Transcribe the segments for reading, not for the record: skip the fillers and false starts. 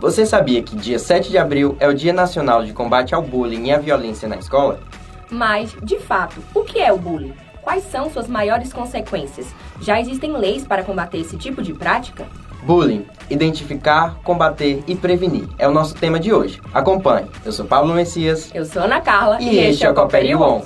Você sabia que dia 7 de abril é o Dia Nacional de Combate ao Bullying e à Violência na Escola? Mas, de fato, o que é o bullying? Quais são suas maiores consequências? Já existem leis para combater esse tipo de prática? Bullying, identificar, combater e prevenir é o nosso tema de hoje. Acompanhe, eu sou Pablo Messias. Eu sou Ana Carla e este é o Coopere On.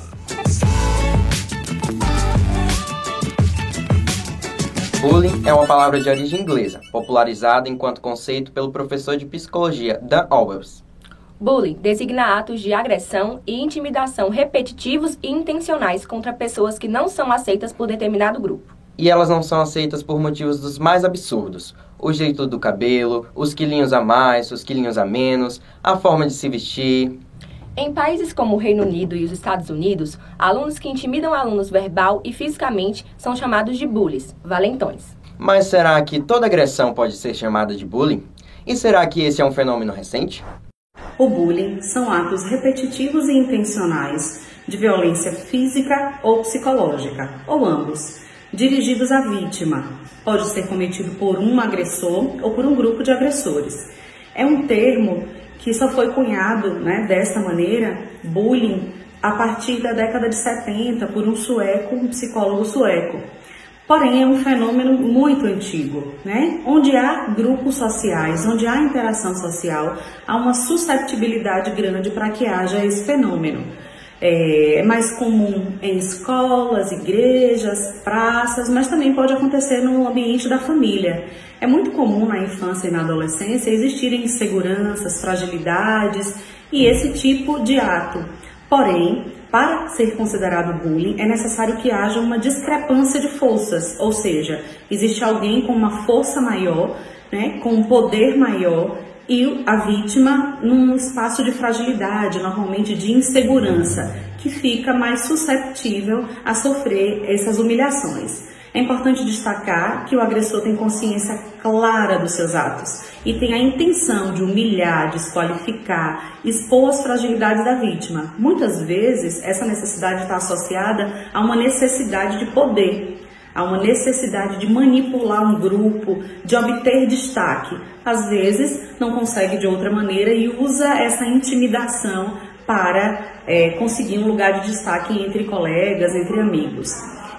Bullying é uma palavra de origem inglesa, popularizada enquanto conceito pelo professor de psicologia Dan Owens. Bullying designa atos de agressão e intimidação repetitivos e intencionais contra pessoas que não são aceitas por determinado grupo. E elas não são aceitas por motivos dos mais absurdos. O jeito do cabelo, os quilinhos a mais, os quilinhos a menos, a forma de se vestir. Em países como o Reino Unido e os Estados Unidos, alunos que intimidam alunos verbal e fisicamente são chamados de bullies, valentões. Mas será que toda agressão pode ser chamada de bullying? E será que esse é um fenômeno recente? O bullying são atos repetitivos e intencionais de violência física ou psicológica, ou ambos, dirigidos à vítima. Pode ser cometido por um agressor ou por um grupo de agressores. É um termo que só foi cunhado, desta maneira, bullying, a partir da década de 70, por um psicólogo sueco. Porém, é um fenômeno muito antigo, onde há grupos sociais, onde há interação social, há uma susceptibilidade grande para que haja esse fenômeno. É mais comum em escolas, igrejas, praças, mas também pode acontecer no ambiente da família. É muito comum na infância e na adolescência existirem inseguranças, fragilidades e esse tipo de ato. Porém, para ser considerado bullying, é necessário que haja uma discrepância de forças, ou seja, existe alguém com uma força maior, com um poder maior, e a vítima num espaço de fragilidade, normalmente de insegurança, que fica mais susceptível a sofrer essas humilhações. É importante destacar que o agressor tem consciência clara dos seus atos e tem a intenção de humilhar, desqualificar, expor as fragilidades da vítima. Muitas vezes, essa necessidade está associada a uma necessidade de poder, há uma necessidade de manipular um grupo, de obter destaque. Às vezes, não consegue de outra maneira e usa essa intimidação para conseguir um lugar de destaque entre colegas, entre amigos.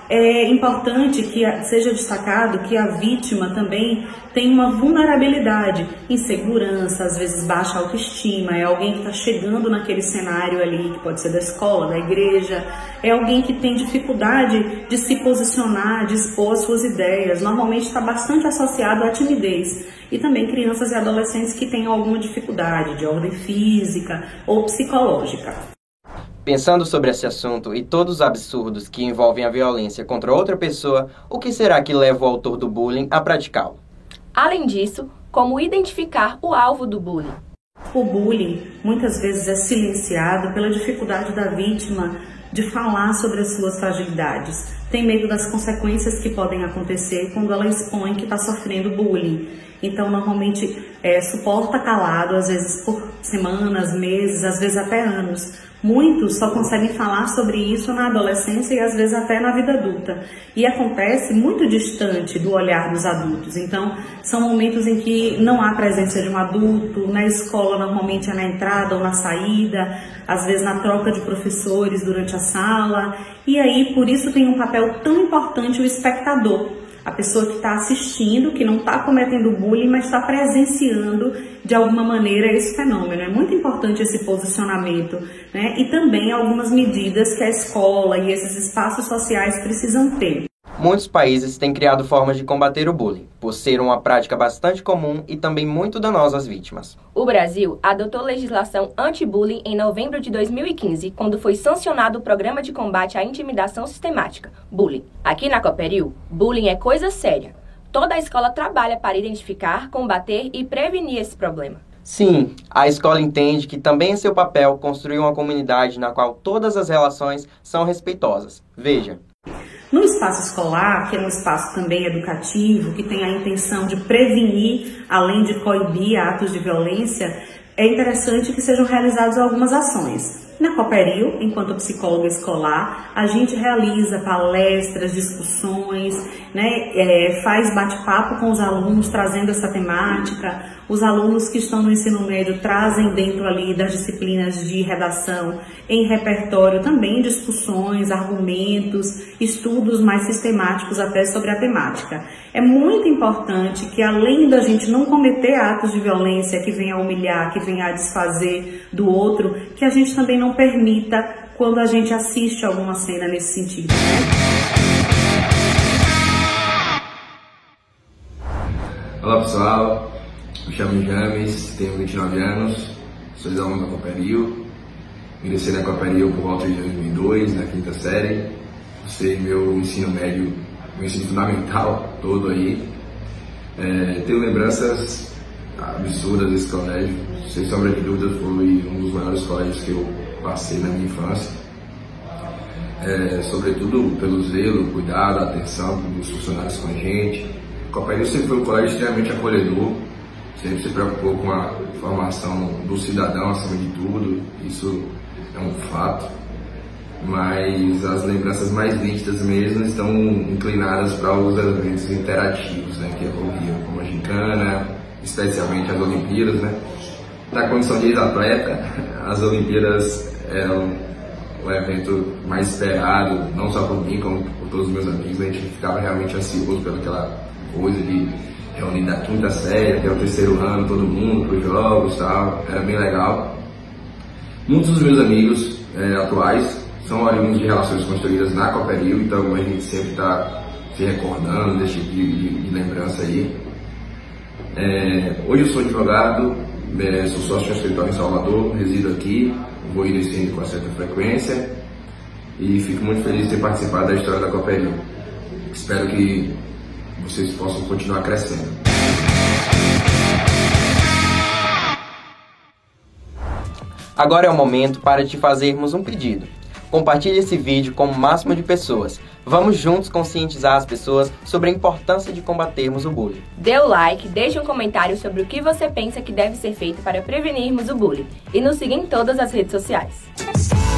É importante que seja destacado que a vítima também tem uma vulnerabilidade, insegurança, às vezes baixa autoestima, é alguém que está chegando naquele cenário ali, que pode ser da escola, da igreja, é alguém que tem dificuldade de se posicionar, de expor as suas ideias, normalmente está bastante associado à timidez, e também crianças e adolescentes que têm alguma dificuldade de ordem física ou psicológica. Pensando sobre esse assunto e todos os absurdos que envolvem a violência contra outra pessoa, o que será que leva o autor do bullying a praticá-lo? Além disso, como identificar o alvo do bullying? O bullying muitas vezes é silenciado pela dificuldade da vítima de falar sobre as suas fragilidades. Tem medo das consequências que podem acontecer quando ela expõe que está sofrendo bullying. Então, normalmente, suporta calado, às vezes por semanas, meses, às vezes até anos. Muitos só conseguem falar sobre isso na adolescência e às vezes até na vida adulta. E acontece muito distante do olhar dos adultos. Então, são momentos em que não há presença de um adulto. Na escola, normalmente é na entrada ou na saída, às vezes na troca de professores durante a sala. E aí, por isso tem um papel tão importante o espectador. A pessoa que está assistindo, que não está cometendo bullying, mas está presenciando de alguma maneira esse fenômeno. É muito importante esse posicionamento, e também algumas medidas que a escola e esses espaços sociais precisam ter. Muitos países têm criado formas de combater o bullying, por ser uma prática bastante comum e também muito danosa às vítimas. O Brasil adotou legislação anti-bullying em novembro de 2015, quando foi sancionado o Programa de Combate à Intimidação Sistemática, bullying. Aqui na Cooperil, bullying é coisa séria. Toda a escola trabalha para identificar, combater e prevenir esse problema. Sim, a escola entende que também é seu papel construir uma comunidade na qual todas as relações são respeitosas. Veja. No espaço escolar, que é um espaço também educativo, que tem a intenção de prevenir, além de coibir atos de violência, é interessante que sejam realizadas algumas ações. Na Cooperil, enquanto psicóloga escolar, a gente realiza palestras, discussões, faz bate-papo com os alunos trazendo essa temática. Os alunos que estão no ensino médio trazem dentro ali das disciplinas de redação, em repertório também discussões, argumentos, estudos mais sistemáticos até sobre a temática. É muito importante que, além da gente não cometer atos de violência que venha a humilhar, que venha a desfazer do outro, que a gente também não permita quando a gente assiste alguma cena nesse sentido, né? Olá pessoal, me chamo James, tenho 29 anos, sou aluno da Coperil, ingressei na Coperil por volta de 2002, na 5ª série, cursei meu ensino médio, meu ensino fundamental todo aí. Tenho lembranças absurdas desse colégio, sem sombra de dúvida foi um dos maiores colégios que eu passei na minha infância. Sobretudo pelo zelo, cuidado, atenção dos funcionários com a gente. A Coperil sempre foi um colégio extremamente acolhedor, sempre se preocupou com a formação do cidadão acima de tudo, isso é um fato, mas as lembranças mais nítidas mesmo estão inclinadas para os eventos interativos, né, que ocorriam, como a gincana, especialmente as Olimpíadas, né. Na condição de ex-atleta, as Olimpíadas eram o evento mais esperado, não só por mim, como por todos os meus amigos. A gente ficava realmente ansioso pelaquela coisa de reunir da 5ª série até o 3º ano, todo mundo para os jogos e tal, era bem legal. Muitos dos meus amigos atuais são oriundos de relações construídas na Coperil, então a gente sempre está se recordando desse tipo de lembrança aí. Hoje eu sou advogado, sou sócio de um escritório em Salvador, resido aqui, vou ir descendo com certa frequência e fico muito feliz de ter participado da história da Coperil. Espero que vocês possam continuar crescendo. Agora é o momento para te fazermos um pedido. Compartilhe esse vídeo com o máximo de pessoas. Vamos juntos conscientizar as pessoas sobre a importância de combatermos o bullying. Dê o like, deixe um comentário sobre o que você pensa que deve ser feito para prevenirmos o bullying. E nos siga em todas as redes sociais.